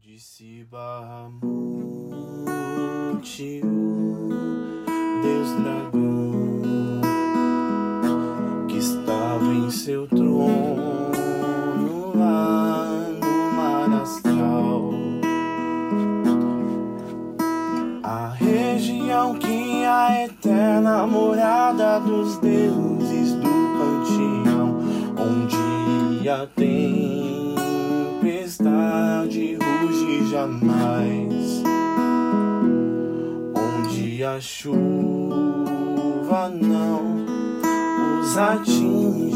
Disse Bahamut, Deus dragão, que estava em seu trono lá no mar astral, a região que é a eterna morada dos deuses do panteão, onde a tempestade ruge jamais, onde a chuva não os atinge,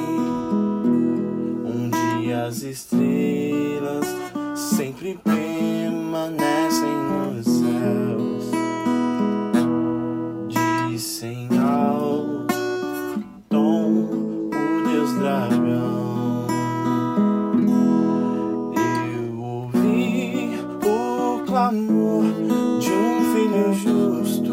onde as estrelas sempre permanecem nos céus. Disse em alto tom o Deus dragão. Clamor de um filho justo,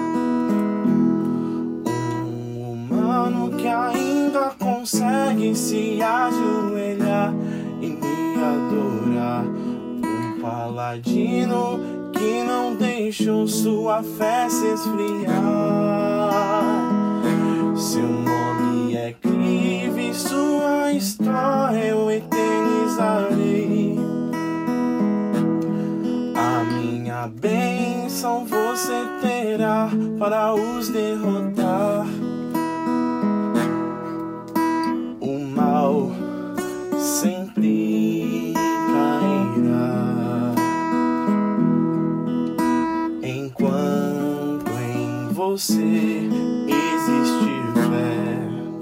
um humano que ainda consegue se ajoelhar e me adorar, um paladino que não deixou sua fé se esfriar. Seu nome é crivo e sua história eu eternizarei. A bênção você terá para os derrotar. O mal sempre cairá enquanto em você existir fé.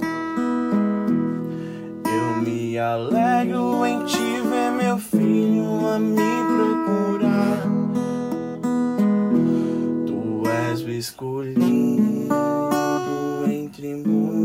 Eu me alegro em te ver, meu filho, a me procurar. Escolhido entre muitos.